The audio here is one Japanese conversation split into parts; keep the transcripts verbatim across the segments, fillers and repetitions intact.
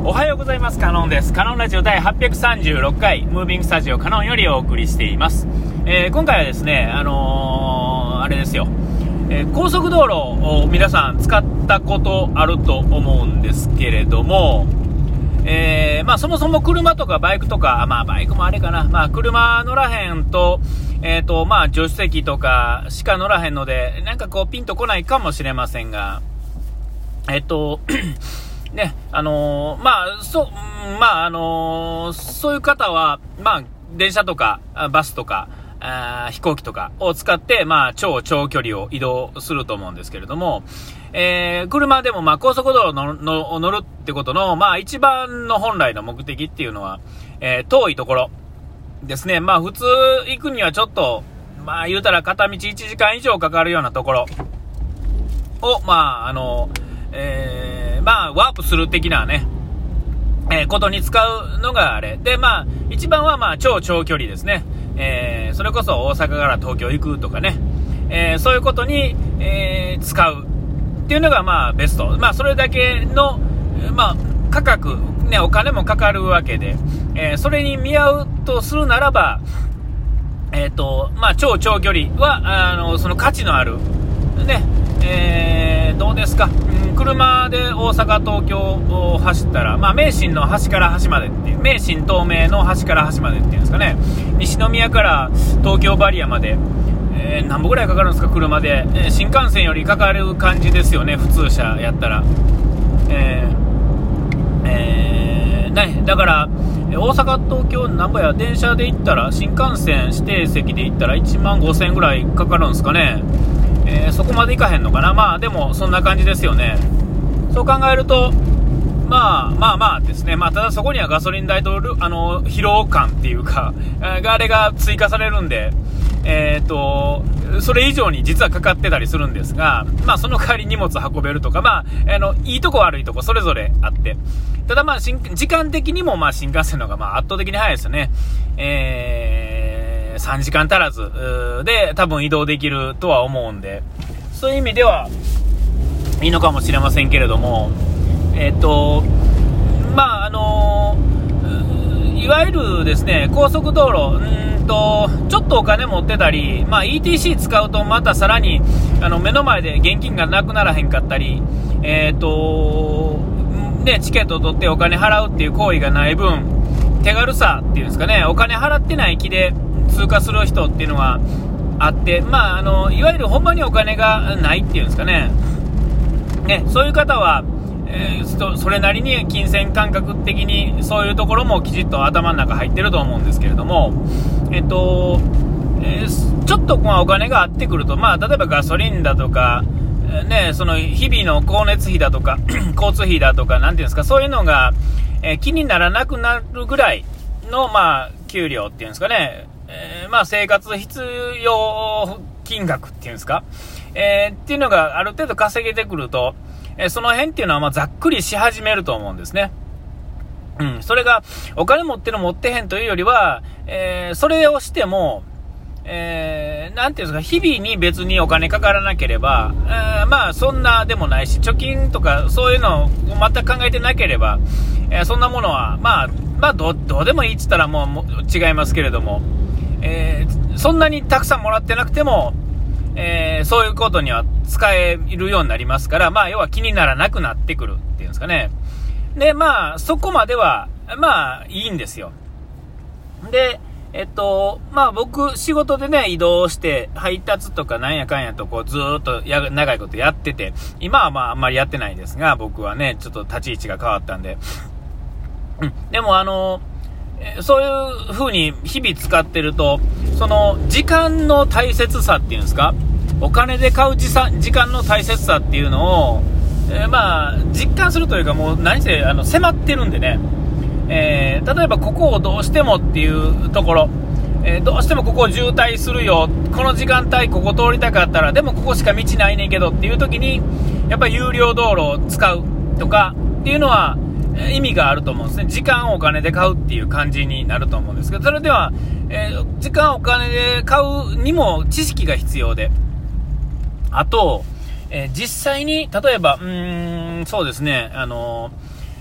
おはようございます。カノンです。カノンラジオ第はっぴゃくさんじゅうろっかいムービングスタジオカノンよりお送りしています。えー、今回はですね、あのー、あれですよ、えー、高速道路を皆さん使ったことあると思うんですけれども、えーまあ、そもそも車とかバイクとか、まあバイクもあれかな、まあ車乗らへんと、えーとまあ助手席とかしか乗らへんので、なんかこうピンとこないかもしれませんが、えっとね、あのー、まあそうまああのー、そういう方はまあ電車とかバスとかあ飛行機とかを使って、まあ、超長距離を移動すると思うんですけれども、えー、車でもまあ高速道路ののを乗るってことの、まあ、一番の本来の目的っていうのは、えー、遠いところですね。まあ普通行くにはちょっと、まあ言うたら片道いちじかん以上かかるようなところを、まああの、えー、まあワープする的なね、えー、ことに使うのがあれで、まあ一番はまあ超長距離ですね。えー、それこそ大阪から東京行くとかね、えー、そういうことに、えー、使うっていうのがまあベスト。まあそれだけの、まあ価格、ね、お金もかかるわけで、えー、それに見合うとするならば、えっと、まあ超長距離は、あの、その価値のある、ね、えー、どうですか、うん、車で大阪、東京を走ったら、まあ名神の端から端までっていう、名神東名の端から端までっていうんですかね、西宮から東京バリアまで、えー、何本ぐらいかかるんですか、車で、えー、新幹線よりかかる感じですよね、普通車やったら。えー、えー、ね、だから大阪、東京、なんぼや電車で行ったら、新幹線指定席で行ったらいちまんごせんえんぐらいかかるんですかね。えー、そこまで行かへんのかな。まあでもそんな感じですよね。そう考えると、まあまあまあですね。まあただそこにはガソリン代とあの疲労感っていうか、あれが追加されるんで、えーとそれ以上に実はかかってたりするんですが、まあその代わり荷物運べるとか、まああのいいとこ悪いとこそれぞれあって、ただまあ新時間的にもまあ新幹線の方がまあ圧倒的に早いですよね。えー、さんじかん足らずで多分移動できるとは思うんで、そういう意味ではいいのかもしれませんけれども、えっとまああのいわゆるですね、高速道路、んーとちょっとお金持ってたり、まあ、イーティーシー 使うとまたさらにあの目の前で現金がなくならへんかったり、えっとね、チケットを取ってお金払うっていう行為がない分、手軽さっていうんですかね、お金払ってない気で通過する人っていうのはあって、まああのいわゆるほんまにお金がないっていうんですかね、ね、そういう方は、えー、それなりに金銭感覚的にそういうところもきちっと頭の中入ってると思うんですけれども、えっと、えー、ちょっとまあお金があってくると、まあ例えばガソリンだとか、ね、その日々の光熱費だとか交通費だとか、なんていうんですか、そういうのが、えー、気にならなくなるぐらいのまあ給料っていうんですかね、えー、まあ生活必要金額っていうんですか、えー、っていうのがある程度稼げてくると、えー、その辺っていうのはまあざっくりし始めると思うんですね。うん、それがお金持ってる持ってへんというよりは、えー、それをしても、えー、なんていうんですか、日々に別にお金かからなければ、えー、まあそんなでもないし、貯金とかそういうのを全く考えてなければ、えー、そんなものはまあまあど う, どうでもいいっつったらもうも違いますけれども、えー、そんなにたくさんもらってなくても、えー、そういうことには使えるようになりますから、まあ要は気にならなくなってくるっていうんですかね。でまあそこまではまあいいんですよ。でえっとまあ僕仕事でね移動して配達とかなんやかんやとこうずーっとや長いことやってて、今はまああんまりやってないですが、僕はねちょっと立ち位置が変わったんで、うん、でもあのそういう風に日々使ってると、その時間の大切さっていうんですか、お金で買う時間の大切さっていうのを、えー、まあ実感するというか、もう何せあの迫ってるんでね、えー、例えばここをどうしてもっていうところ、えー、どうしてもここ渋滞するよ、この時間帯ここ通りたかったら、でもここしか道ないねんけどっていう時にやっぱり有料道路を使うとかっていうのは意味があると思うんですね。時間をお金で買うっていう感じになると思うんですけど、それでは、えー、時間をお金で買うにも知識が必要で、あと、えー、実際に例えばうーんそうですね、あの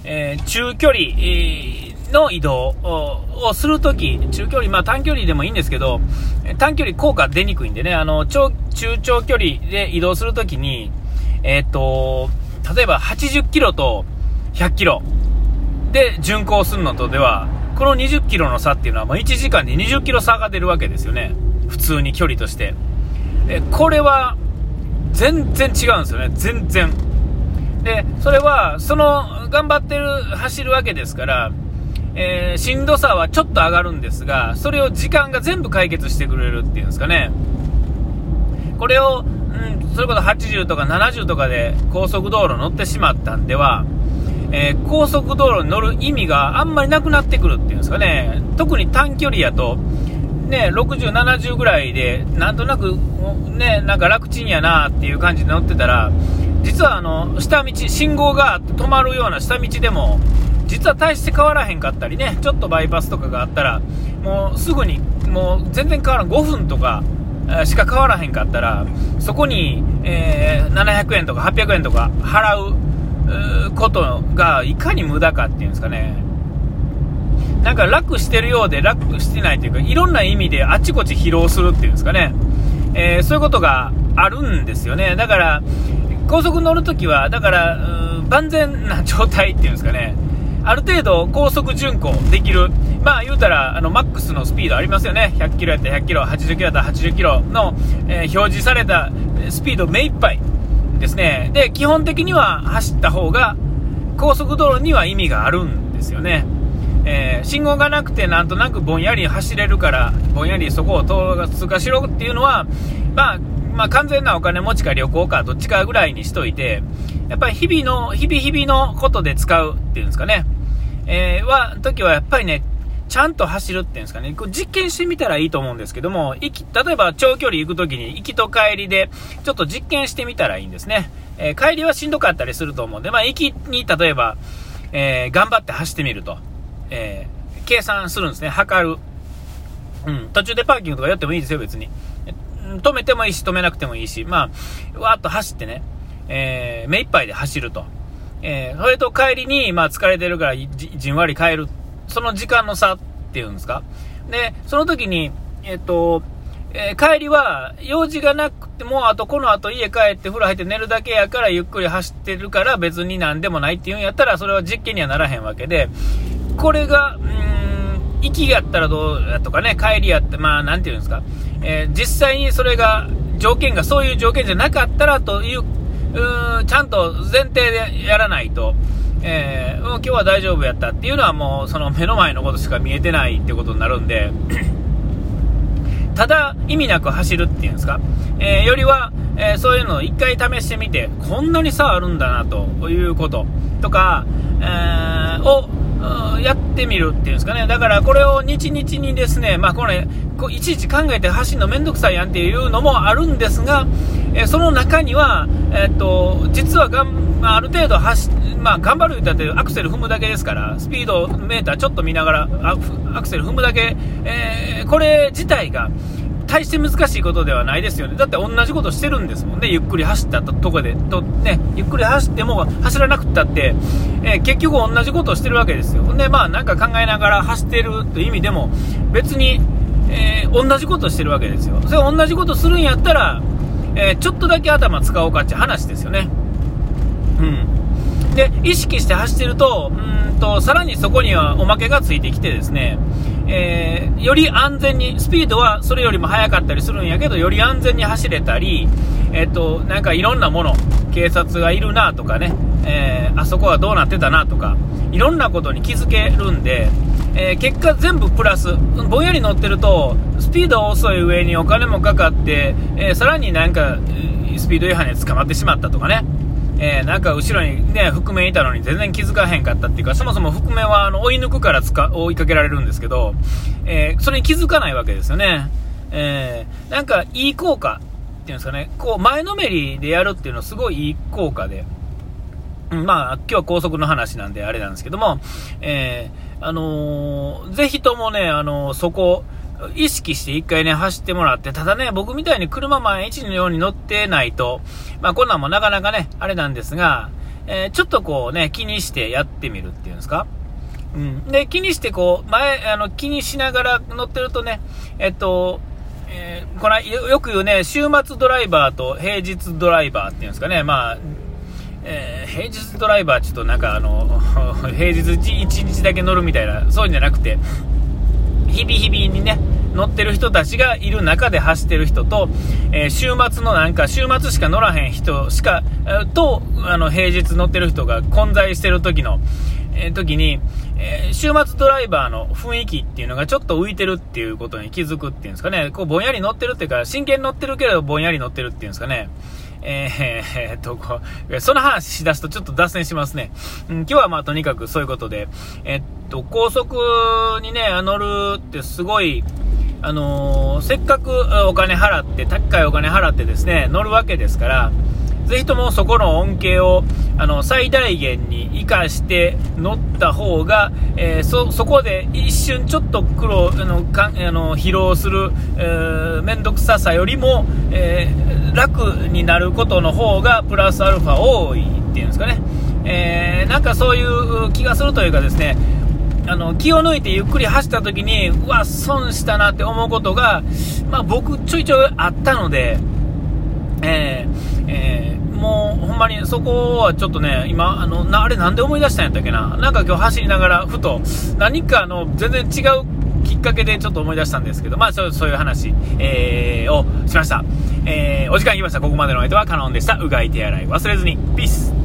えー、中距離、えー、の移動をするとき、中距離、まあ短距離でもいいんですけど、短距離効果出にくいんでね、あの、長、中長距離で移動するときに、えー、っと、例えばはちじゅっキロとひゃっキロで巡航するのとでは、このにじゅっキロの差っていうのは、まあいちじかんでにじゅっキロ差が出るわけですよね。普通に距離として。え、これは、全然違うんですよね。全然。で、それは、その、頑張ってる、走るわけですから、えー、しんどさはちょっと上がるんですが、それを時間が全部解決してくれるっていうんですかね。これを、うん、それこそはちじゅうとかななじゅうとかで高速道路乗ってしまったんでは、えー、高速道路に乗る意味があんまりなくなってくるっていうんですかね。特に短距離やと、ね、ろくじゅう、ななじゅうぐらいで、なんとなく、ね、なんか楽ちんやなっていう感じで乗ってたら、実はあの、下道、信号が止まるような下道でも、実は大して変わらへんかったりね、ちょっとバイパスとかがあったら、もうすぐに、もう全然変わらん、ごふんとかしか変わらへんかったら、そこに、えー、ななひゃくえんとかはっぴゃくえんとか払う、うことがいかに無駄かっていうんですかね。なんか楽してるようで楽してないというか、いろんな意味であちこち疲労するっていうんですかね、えー、そういうことがあるんですよね。だから高速乗るときはだから万全な状態っていうんですかね、ある程度高速巡航できる、まあ言うたらあのマックスのスピードありますよね。ひゃっキロやったらひゃっキロ、はちじゅっキロやったらはちじゅっキロの、えー、表示されたスピード目いっぱいですね。で、基本的には走った方が高速道路には意味があるんですよね。えー、信号がなくてなんとなくぼんやり走れるからぼんやりそこを通過しろっていうのは、まあ、まあ完全なお金持ちか旅行かどっちかぐらいにしといて、やっぱり日々の日々日々のことで使うっていうんですかね、えー、は時はやっぱりねちゃんと走るっていうんですかね、こう実験してみたらいいと思うんですけども、行き例えば長距離行くときに行きと帰りでちょっと実験してみたらいいんですね。えー、帰りはしんどかったりすると思うんで、まあ行きに例えば、えー、頑張って走ってみると、えー、計算するんですね。測る、うん、途中でパーキングとかやってもいいですよ別に。止めてもいいし止めなくてもいいし、まあわーっと走ってね、えー、目いっぱいで走ると、えー、それと帰りに、まあ、疲れてるから じ, じんわり帰る、その時間の差っていうんですか。でその時に、えっとえー、帰りは用事がなくても、あとこの後家帰って風呂入って寝るだけやからゆっくり走ってるから別になんでもないっていうんやったら、それは実験にはならへんわけで、これがうーん行きやったらどうやとかね、帰りやって、まあなんていうんですか、えー、実際にそれが条件がそういう条件じゃなかったらという、うーんちゃんと前提でやらないと、えー、もう今日は大丈夫やったっていうのはもうその目の前のことしか見えてないってことになるんでただ意味なく走るっていうんですか、えー、よりは、えー、そういうのを一回試してみて、こんなに差あるんだなということとか、えー、をやってみるっていうんですかね。だからこれを日々にですね、まあこれこういちいち考えて走るのめんどくさいやんっていうのもあるんですが、えー、その中には、えー、っと実はがん、まあ、ある程度走、まあ、頑張る言ったってアクセル踏むだけですから、スピードメーターちょっと見ながらアクセル踏むだけ、えー、これ自体が大して難しいことではないですよね。だって同じことしてるんですもんね。ゆっくり走ったとこでと、ね、ゆっくり走っても走らなくったって、えー、結局同じことをしてるわけですよ。でまあなんか考えながら走ってるという意味でも別に、えー、同じことしてるわけですよ。それ同じことするんやったら、えー、ちょっとだけ頭使おうかって話ですよね。うんで意識して走ってると、うーんとさらにそこにはおまけがついてきてですね、えー、より安全に、スピードはそれよりも速かったりするんやけど、より安全に走れたり、えっと、なんかいろんなもの、警察がいるなとかね、えー、あそこはどうなってたなとか、いろんなことに気づけるんで、えー、結果全部プラス。ぼんやり乗ってるとスピード遅い上にお金もかかって、えー、さらになんかスピード違反に捕まってしまったとかね、えー、なんか後ろにね覆面いたのに全然気づかへんかったっていうか、そもそも覆面はあの追い抜くからつか追いかけられるんですけど、えー、それに気づかないわけですよね。えー、なんかいい効果っていうんですかね、こう前のめりでやるっていうのはすごいいい効果で、うん、まあ今日は高速の話なんであれなんですけども、えー、あのー、ぜひともね、あのー、そこ意識して一回ね走ってもらって、ただね僕みたいに車毎日のように乗ってないと、まあこんなんもなかなかねあれなんですが、 えー、ちょっとこうね、気にしてやってみるっていうんですか。うん。で、気にしてこう、前、あの、気にしながら乗ってるとね、えっと、えー、このよく言うね、週末ドライバーと平日ドライバーっていうんですかね、まあ、えー、平日ドライバーちょっとなんかあの、平日いちにちだけ乗るみたいな、そういうんじゃなくて、日々日々にね、乗ってる人たちがいる中で走ってる人と、えー、週末のなんか週末しか乗らへん人しか、えー、とあの平日乗ってる人が混在してる時の、えー、時に、えー、週末ドライバーの雰囲気っていうのがちょっと浮いてるっていうことに気づくっていうんですかね。こうぼんやり乗ってるっていうか、真剣に乗ってるけどぼんやり乗ってるっていうんですかね。えー、えー、っとこうその話しだすとちょっと脱線しますね。うん、今日はまあとにかくそういうことで、えー、っと高速にね乗るってすごい、あのー、せっかくお金払って高いお金払ってですね乗るわけですから、ぜひともそこの恩恵をあの最大限に生かして乗った方が、えー、そ, そこで一瞬ちょっと苦労あのかあの疲労する、えー、めんどくささよりも、えー、楽になることの方がプラスアルファ多いっていうんですかね、えー、なんかそういう気がするというかですね、あの気を抜いてゆっくり走った時にうわ損したなって思うことが、まあ、僕ちょいちょいあったので、えーえーもうほんまにそこはちょっとね、今あのなあれなんで思い出したんやったっけな、なんか今日走りながらふと何かの全然違うきっかけでちょっと思い出したんですけど、まあそう、そういう話、えー、をしました。えー、お時間いきました。ここまでの相手はカノンでした。うがい手洗い忘れずに。ピース。